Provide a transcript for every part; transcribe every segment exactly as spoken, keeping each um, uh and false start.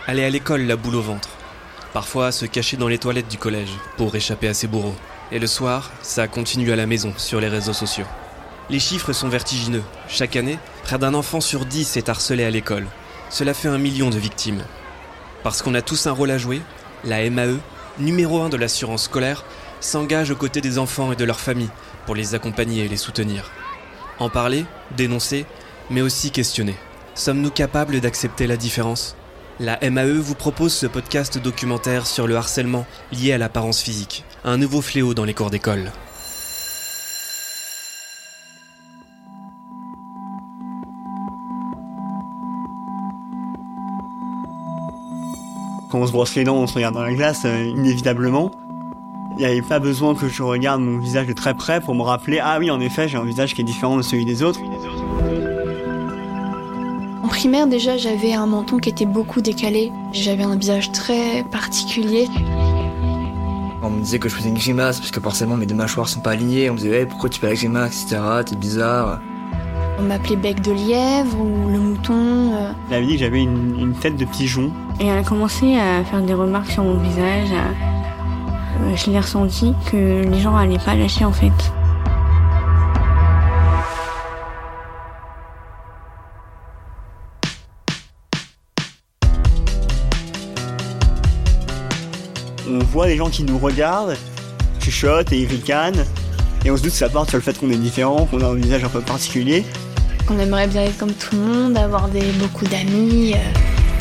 Aller à l'école la boule au ventre. Parfois se cacher dans les toilettes du collège pour échapper à ses bourreaux. Et le soir, ça continue à la maison, sur les réseaux sociaux. Les chiffres sont vertigineux. Chaque année, près d'un enfant sur dix est harcelé à l'école. Cela fait un million de victimes. Parce qu'on a tous un rôle à jouer, la M A E, numéro un de l'assurance scolaire, s'engage aux côtés des enfants et de leurs familles pour les accompagner et les soutenir. En parler, dénoncer, mais aussi questionner. Sommes-nous capables d'accepter la différence ? La M A E vous propose ce podcast documentaire sur le harcèlement lié à l'apparence physique, un nouveau fléau dans les cours d'école. Quand on se brosse les dents, on se regarde dans la glace, euh, inévitablement. Il n'y avait pas besoin que je regarde mon visage de très près pour me rappeler « Ah oui, en effet, j'ai un visage qui est différent de celui des autres. » En primaire, déjà, j'avais un menton qui était beaucoup décalé. J'avais un visage très particulier. On me disait que je faisais une grimace parce que forcément mes deux mâchoires sont pas alignées. On me disait hey, « pourquoi tu fais la grimace, et cetera. T'es bizarre. » On m'appelait bec de lièvre ou le mouton. Euh... Elle avait dit que j'avais une, une tête de pigeon. Et elle a commencé à faire des remarques sur mon visage. À... Je l'ai ressenti que les gens allaient pas lâcher en fait. On voit les gens qui nous regardent, chuchotent et ils ricanent. Et on se doute que ça part sur le fait qu'on est différent, qu'on a un visage un peu particulier. On aimerait bien être comme tout le monde, avoir des, beaucoup d'amis. Euh...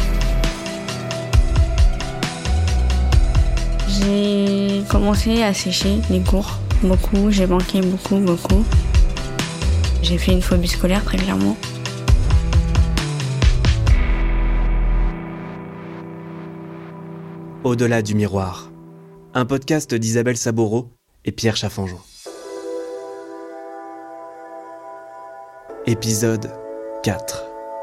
J'ai commencé à sécher les cours, beaucoup, j'ai manqué beaucoup, beaucoup. J'ai fait une phobie scolaire, très clairement. Au-delà du miroir, un podcast d'Isabelle Saboureau et Pierre Chaffanjon. Épisode quatre.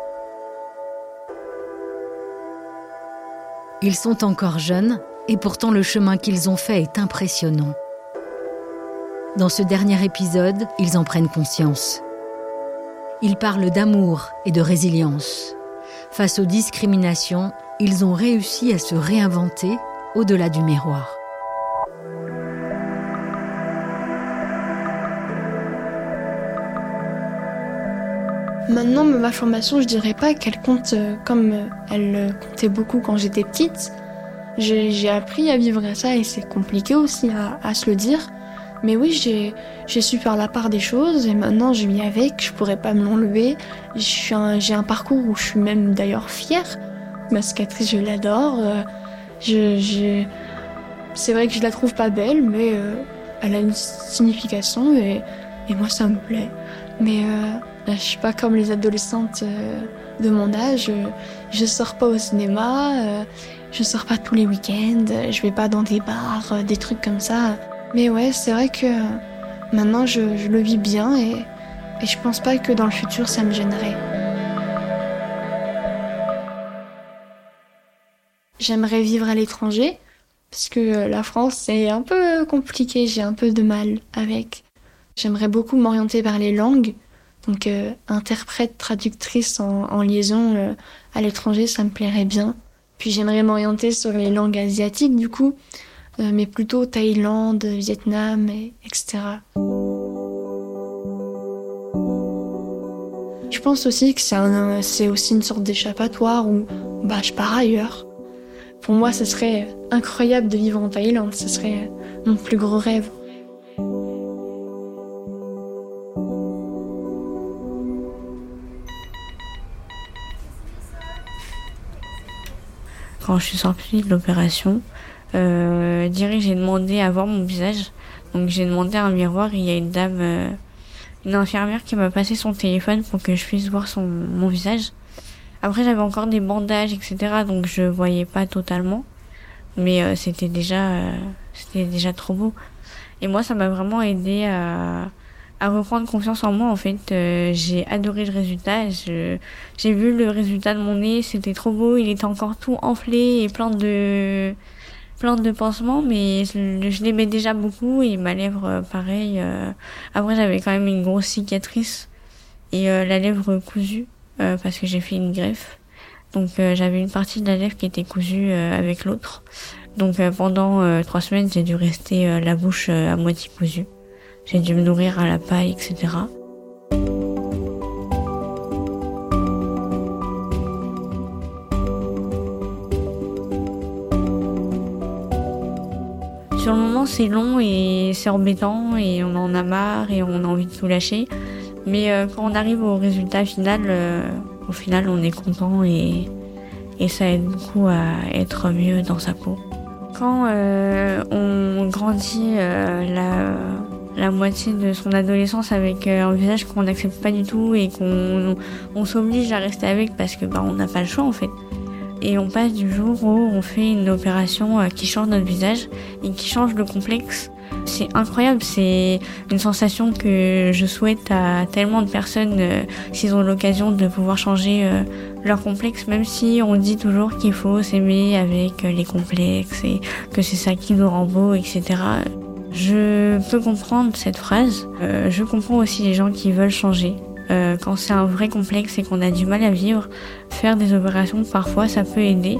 Ils sont encore jeunes, et pourtant le chemin qu'ils ont fait est impressionnant. Dans ce dernier épisode, ils en prennent conscience. Ils parlent d'amour et de résilience. Face aux discriminations, ils ont réussi à se réinventer au-delà du miroir. Maintenant, ma formation, je dirais pas qu'elle compte euh, comme euh, elle euh, comptait beaucoup quand j'étais petite. J'ai, j'ai appris à vivre à ça et c'est compliqué aussi à, à se le dire. Mais oui, j'ai, j'ai su faire la part des choses et maintenant je vis avec, je pourrais pas me l'enlever. Je suis un, j'ai un parcours où je suis même d'ailleurs fière. Ma cicatrice, je l'adore. Euh, je, je... C'est vrai que je la trouve pas belle, mais euh, elle a une signification et, et moi ça me plaît. Mais euh, je suis pas comme les adolescentes euh, de mon âge. Je sors pas au cinéma, euh, je sors pas tous les week-ends, je vais pas dans des bars, euh, des trucs comme ça. Mais ouais, c'est vrai que euh, maintenant je, je le vis bien et, et je pense pas que dans le futur ça me gênerait. J'aimerais vivre à l'étranger parce que la France c'est un peu compliqué, j'ai un peu de mal avec. J'aimerais beaucoup m'orienter vers les langues. Donc euh, interprète, traductrice en, en liaison euh, à l'étranger, ça me plairait bien. Puis j'aimerais m'orienter sur les langues asiatiques du coup, euh, mais plutôt Thaïlande, Vietnam, et, etc. Je pense aussi que c'est, un, c'est aussi une sorte d'échappatoire où bah, je pars ailleurs. Pour moi, ce serait incroyable de vivre en Thaïlande, ce serait mon plus gros rêve. Quand je suis sortie de l'opération, euh, direct j'ai demandé à voir mon visage. Donc j'ai demandé un miroir et il y a une dame, euh, une infirmière qui m'a passé son téléphone pour que je puisse voir son, mon visage. Après j'avais encore des bandages, et cetera. Donc je voyais pas totalement. Mais euh, c'était déjà, euh, c'était déjà trop beau. Et moi ça m'a vraiment aidé à... à reprendre confiance en moi en fait. Euh, j'ai adoré le résultat. Je, j'ai vu le résultat de mon nez, c'était trop beau. Il était encore tout enflé et plein de plein de pansements, mais je, je l'aimais déjà beaucoup et ma lèvre pareil. Euh, après j'avais quand même une grosse cicatrice et euh, la lèvre cousue euh, parce que j'ai fait une greffe. Donc euh, j'avais une partie de la lèvre qui était cousue euh, avec l'autre. Donc euh, pendant euh, trois semaines, j'ai dû rester euh, la bouche euh, à moitié cousue. J'ai dû me nourrir à la paille, et cetera. Sur le moment, c'est long et c'est embêtant et on en a marre et on a envie de tout lâcher. Mais euh, quand on arrive au résultat final, euh, au final, on est content et, et ça aide beaucoup à être mieux dans sa peau. Quand euh, on grandit euh, la, la moitié de son adolescence avec euh, un visage qu'on n'accepte pas du tout et qu'on on s'oblige à rester avec parce que bah, on n'a pas le choix en fait. Et on passe du jour où on fait une opération qui change notre visage et qui change le complexe. C'est incroyable, c'est une sensation que je souhaite à tellement de personnes euh, s'ils ont l'occasion de pouvoir changer euh, leur complexe, même si on dit toujours qu'il faut s'aimer avec euh, les complexes et que c'est ça qui nous rend beau, et cetera. Je peux comprendre cette phrase, euh, je comprends aussi les gens qui veulent changer. Euh, quand c'est un vrai complexe et qu'on a du mal à vivre, faire des opérations, parfois, ça peut aider.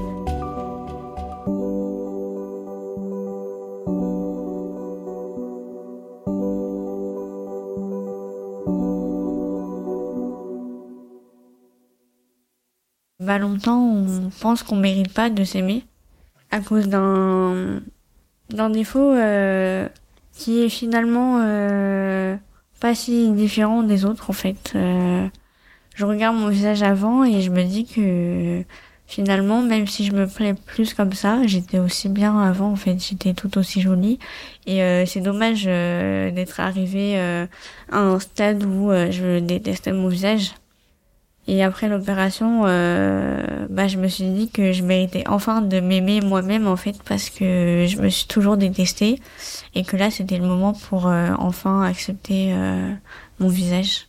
Bah, longtemps, on pense qu'on mérite pas de s'aimer à cause d'un, d'un défaut euh, qui est finalement... Euh, pas si différent des autres en fait. Euh, je regarde mon visage avant et je me dis que finalement, même si je me plais plus comme ça, j'étais aussi bien avant en fait, j'étais tout aussi jolie. Et euh, c'est dommage euh, d'être arrivée euh, à un stade où euh, je détestais mon visage. Et après l'opération, euh, bah je me suis dit que je méritais enfin de m'aimer moi-même en fait parce que je me suis toujours détestée et que là c'était le moment pour euh, enfin accepter euh, mon visage.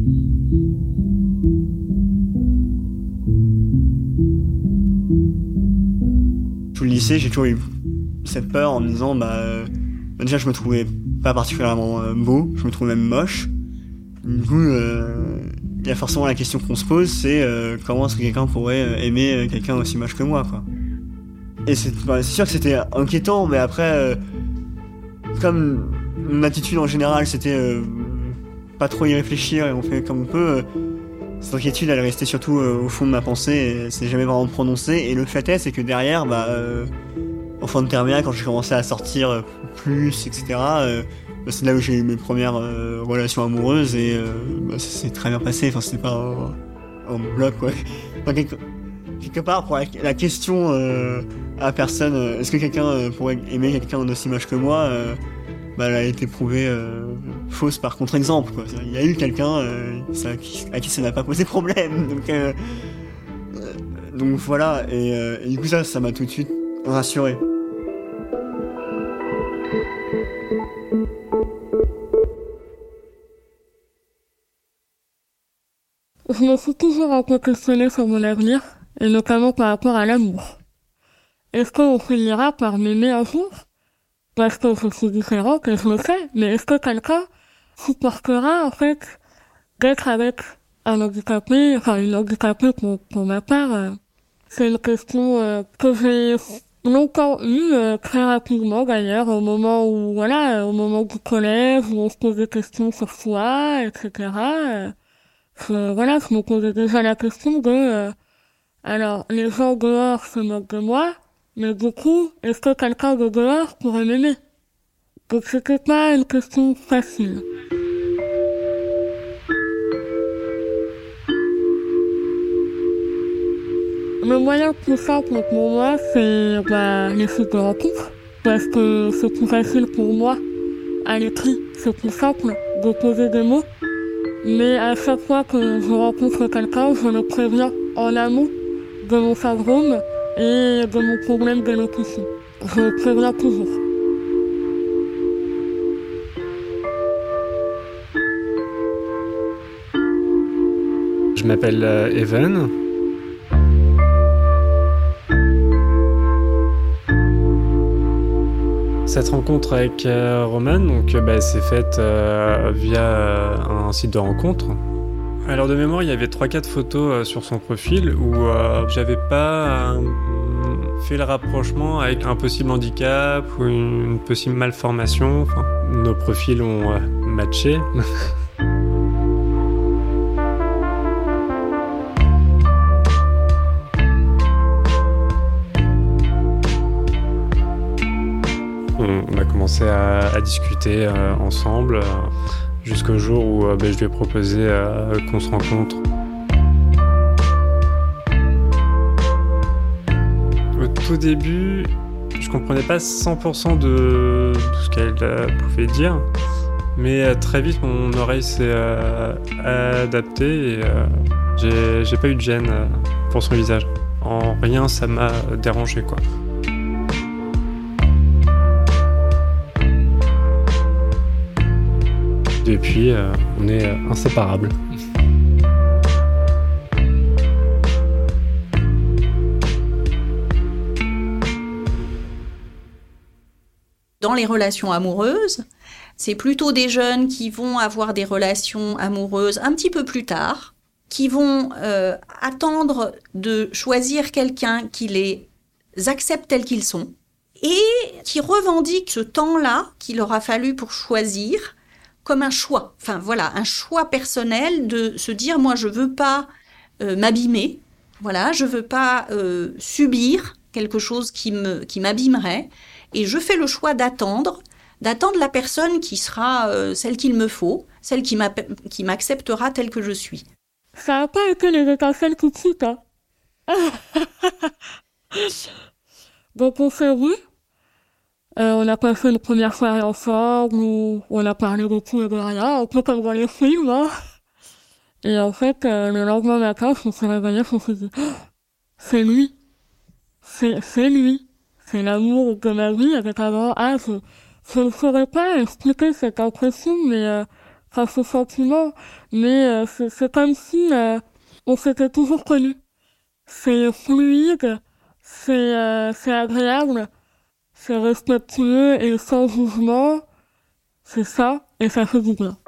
Tout le lycée, j'ai toujours eu cette peur en me disant bah euh, déjà je me trouvais pas particulièrement euh, beau, je me trouvais même moche. Du coup, euh, il y a forcément la question qu'on se pose, c'est euh, comment est-ce que quelqu'un pourrait euh, aimer euh, quelqu'un aussi moche que moi, quoi. Et c'est, bah, c'est sûr que c'était inquiétant, mais après, euh, comme mon attitude en général, c'était euh, pas trop y réfléchir et on fait comme on peut, euh, cette inquiétude, elle est restée surtout euh, au fond de ma pensée et elle s'est jamais vraiment prononcée. Et le fait est, c'est que derrière, bah, euh, en fin de terminale, quand j'ai commencé à sortir euh, plus, et cetera, euh, c'est là où j'ai eu mes premières euh, relations amoureuses et euh, bah, ça s'est très bien passé. Enfin, c'était pas un, un bloc, ouais. Enfin, quelque, quelque part, pour la, la question euh, à personne, euh, est-ce que quelqu'un euh, pourrait aimer quelqu'un d'aussi moche que moi, euh, bah, elle a été prouvée euh, fausse par contre-exemple, quoi. Il y a eu quelqu'un euh, ça, à qui ça n'a pas posé problème. Donc, euh, euh, donc voilà. Et, euh, et du coup, ça, ça m'a tout de suite rassuré. Je me suis toujours un peu questionnée sur mon avenir, et notamment par rapport à l'amour. Est-ce qu'on finira par m'aimer un jour? Parce que je suis différente et je le sais, mais est-ce que quelqu'un supportera, en fait, d'être avec un handicapé, enfin une handicapée pour, pour ma part? euh, C'est une question euh, que j'ai longtemps eue, euh, très rapidement d'ailleurs, au moment où, voilà, euh, au moment du collège, où on se pose des questions sur soi, et cetera. euh, Je, voilà, je me posais déjà la question de, euh, alors, les gens dehors se moquent de moi, mais du coup, est-ce que quelqu'un de dehors pourrait m'aimer? Donc c'était pas une question facile. Le moyen le plus simple pour moi, c'est, bah, les sites de rencontres, parce que c'est plus facile pour moi, à l'écrit, c'est plus simple de poser des mots. Mais à chaque fois que je rencontre quelqu'un, je le préviens en amont de mon syndrome et de mon problème d'élocution. Je le préviens toujours. Je m'appelle euh, Evan. Cette rencontre avec euh, Roman, donc, euh, bah, s'est faite euh, via euh, un site de rencontre. Alors de mémoire, il y avait trois quatre photos euh, sur son profil où euh, j'avais pas euh, fait le rapprochement avec un possible handicap ou une possible malformation. Enfin, nos profils ont euh, matché. On a commencé à, à discuter euh, ensemble euh, jusqu'au jour où euh, ben, je lui ai proposé euh, qu'on se rencontre. Au tout début, je comprenais pas cent pour cent de, de ce qu'elle euh, pouvait dire, mais euh, très vite mon oreille s'est euh, adaptée et euh, j'ai, j'ai pas eu de gêne euh, pour son visage. En rien ça m'a dérangé, quoi. Depuis, euh, on est euh, inséparables. Dans les relations amoureuses, c'est plutôt des jeunes qui vont avoir des relations amoureuses un petit peu plus tard, qui vont euh, attendre de choisir quelqu'un qui les accepte tels qu'ils sont et qui revendiquent ce temps-là qu'il leur a fallu pour choisir comme un choix, enfin voilà, un choix personnel de se dire, moi je veux pas euh, m'abîmer, voilà, je veux pas euh, subir quelque chose qui me qui m'abîmerait, et je fais le choix d'attendre, d'attendre la personne qui sera euh, celle qu'il me faut, celle qui, qui m'acceptera telle que je suis. Ça n'a pas été les étincelles tout de suite, hein. Donc on s'est vus. Euh, on a passé une première soirée ensemble où on a parlé de tout et de rien, un peu comme dans les films, hein. Et en fait, euh, le lendemain matin, je me suis réveillée, je me suis dit, oh, c'est lui. C'est, c'est lui. C'est l'amour de ma vie avec un grand H. Je ne saurais pas expliquer cette impression, mais, euh, enfin, ce sentiment, mais euh, c'est, c'est comme si euh, on s'était toujours connus. C'est fluide, c'est, euh, c'est agréable. C'est respectueux et sans jugement, c'est ça, et ça fait du bien.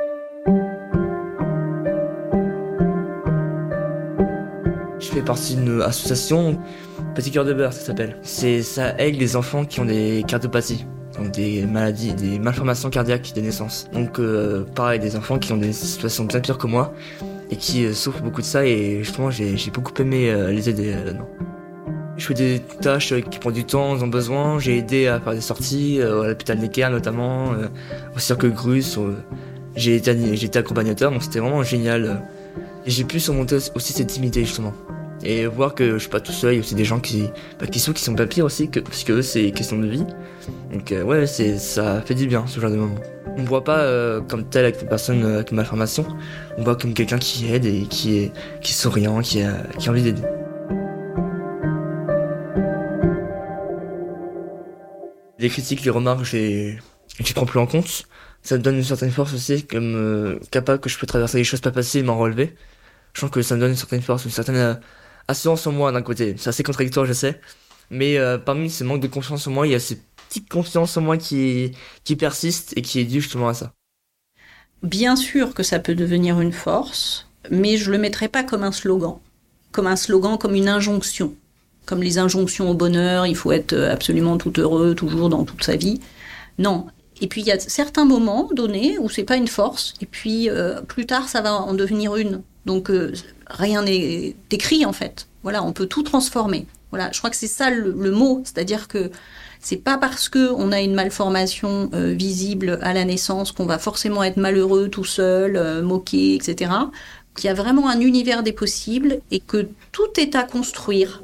Je fais partie d'une association, Petit Cœur de Beurre, ça s'appelle. C'est, ça aide les enfants qui ont des cardiopathies, donc des maladies, des malformations cardiaques de naissance. Donc euh, pareil, des enfants qui ont des situations bien pires que moi, et qui euh, souffrent beaucoup de ça, et justement j'ai, j'ai beaucoup aimé euh, les aider euh, là-dedans. Je fais des tâches qui prennent du temps, ils ont besoin. J'ai aidé à faire des sorties, euh, à l'hôpital Necker notamment, euh, au cirque Grus. Euh, j'ai, été, j'ai été accompagnateur, donc c'était vraiment génial. Et j'ai pu surmonter aussi cette timidité justement. Et voir que je suis pas tout seul, il y a aussi des gens qui, bah, qui sont, qui sont pas pires aussi, que, parce que eux c'est question de vie. Donc euh, ouais, c'est, ça fait du bien ce genre de moment. On me voit pas euh, comme tel avec des personnes euh, avec une malformation, on me voit comme quelqu'un qui aide et qui est, qui est souriant, qui a, qui a envie d'aider. Les critiques, les remarques, je les, je les prends plus en compte. Ça me donne une certaine force aussi, comme euh, capable que je peux traverser les choses pas faciles et m'en relever. Je sens que ça me donne une certaine force, une certaine euh, assurance en moi d'un côté. C'est assez contradictoire, je sais. Mais euh, parmi ce manque de confiance en moi, il y a cette petite confiance en moi qui, qui persiste et qui est due justement à ça. Bien sûr que ça peut devenir une force, mais je le mettrai pas comme un slogan. Comme un slogan, comme une injonction. Comme les injonctions au bonheur, il faut être absolument tout heureux, toujours dans toute sa vie. Non. Et puis il y a certains moments donnés où c'est pas une force, et puis euh, plus tard ça va en devenir une. Donc euh, rien n'est écrit en fait. Voilà, on peut tout transformer. Voilà, je crois que c'est ça le, le mot, c'est-à-dire que c'est pas parce que on a une malformation euh, visible à la naissance qu'on va forcément être malheureux tout seul, euh, moqué, et cetera. Qu'il y a vraiment un univers des possibles et que tout est à construire.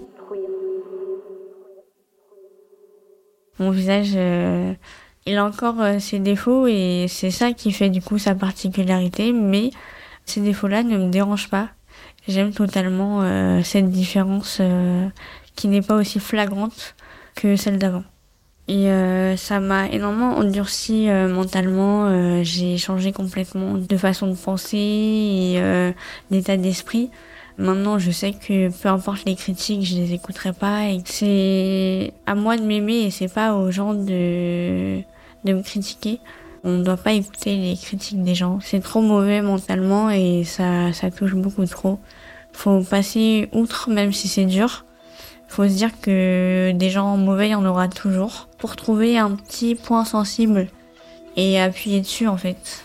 Mon visage, euh, il a encore euh, ses défauts et c'est ça qui fait du coup sa particularité, mais ces défauts-là ne me dérangent pas. J'aime totalement euh, cette différence euh, qui n'est pas aussi flagrante que celle d'avant. Et euh, ça m'a énormément endurci euh, mentalement, euh, j'ai changé complètement de façon de penser et euh, d'état d'esprit. Maintenant, je sais que peu importe les critiques, je les écouterai pas et que c'est à moi de m'aimer et c'est pas aux gens de, de me critiquer. On ne doit pas écouter les critiques des gens. C'est trop mauvais mentalement et ça, ça touche beaucoup trop. Faut passer outre, même si c'est dur. Faut se dire que des gens mauvais, il y en aura toujours. Pour trouver un petit point sensible et appuyer dessus, en fait.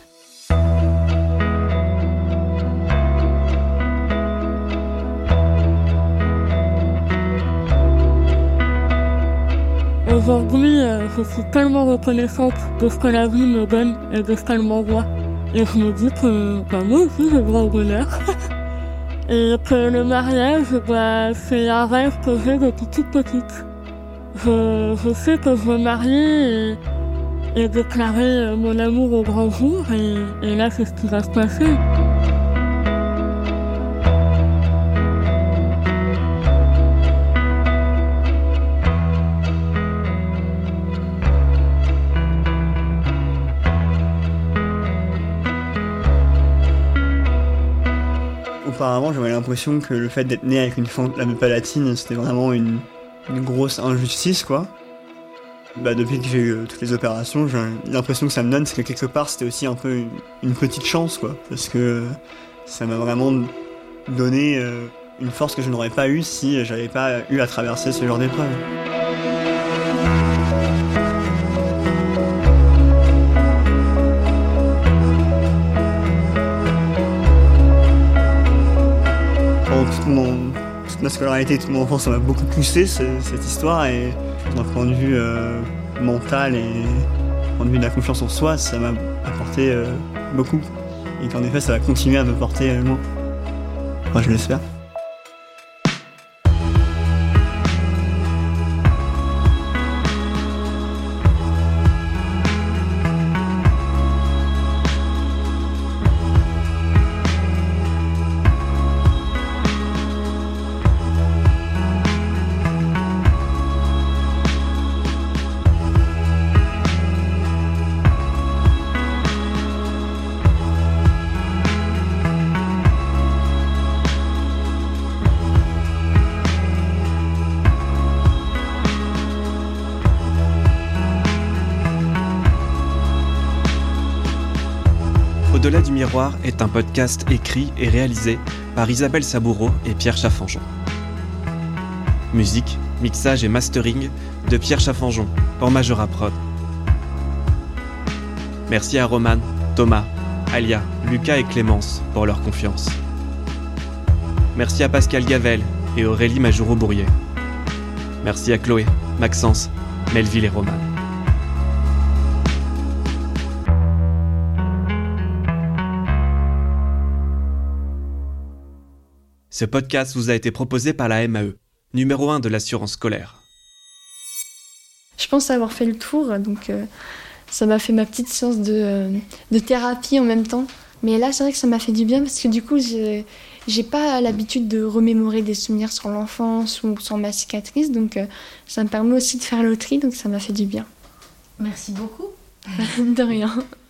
Aujourd'hui, euh, je suis tellement reconnaissante de ce que la vie me donne et de ce qu'elle m'envoie. Et je me dis que bah, moi aussi j'ai droit au bonheur. Et que le mariage, bah, c'est un rêve que j'ai depuis toute petite. Je, je sais que je veux marier et, et déclarer mon amour au grand jour et, et là c'est ce qui va se passer. Auparavant, j'avais l'impression que le fait d'être né avec une fente palatine, c'était vraiment une, une grosse injustice, quoi. Bah, depuis que j'ai eu euh, toutes les opérations, j'ai l'impression que ça me donne, c'est que quelque part, c'était aussi un peu une, une petite chance, quoi. Parce que euh, ça m'a vraiment donné euh, une force que je n'aurais pas eue si j'avais pas eu à traverser ce genre d'épreuve. Toute, mon, toute ma scolarité, toute mon enfance, ça m'a beaucoup poussé ce, cette histoire et d'un point de vue euh, mental et d'un point de vue de la confiance en soi, ça m'a apporté euh, beaucoup et qu'en effet ça va continuer à me porter euh, loin. Enfin, je l'espère. Au-delà du miroir est un podcast écrit et réalisé par Isabelle Saboureau et Pierre Chaffanjon. Musique, mixage et mastering de Pierre Chaffanjon pour Majora Prod. Merci à Roman, Thomas, Alia, Lucas et Clémence pour leur confiance. Merci à Pascal Gavel et Aurélie Majuro-Bourrier. Merci à Chloé, Maxence, Melville et Roman. Ce podcast vous a été proposé par la M A E, numéro un de l'assurance scolaire. Je pense avoir fait le tour, donc euh, ça m'a fait ma petite séance de, euh, de thérapie en même temps. Mais là, c'est vrai que ça m'a fait du bien parce que du coup, j'ai, j'ai pas l'habitude de remémorer des souvenirs sur l'enfance ou sur ma cicatrice, donc euh, ça me permet aussi de faire le tri, donc ça m'a fait du bien. Merci beaucoup. De rien.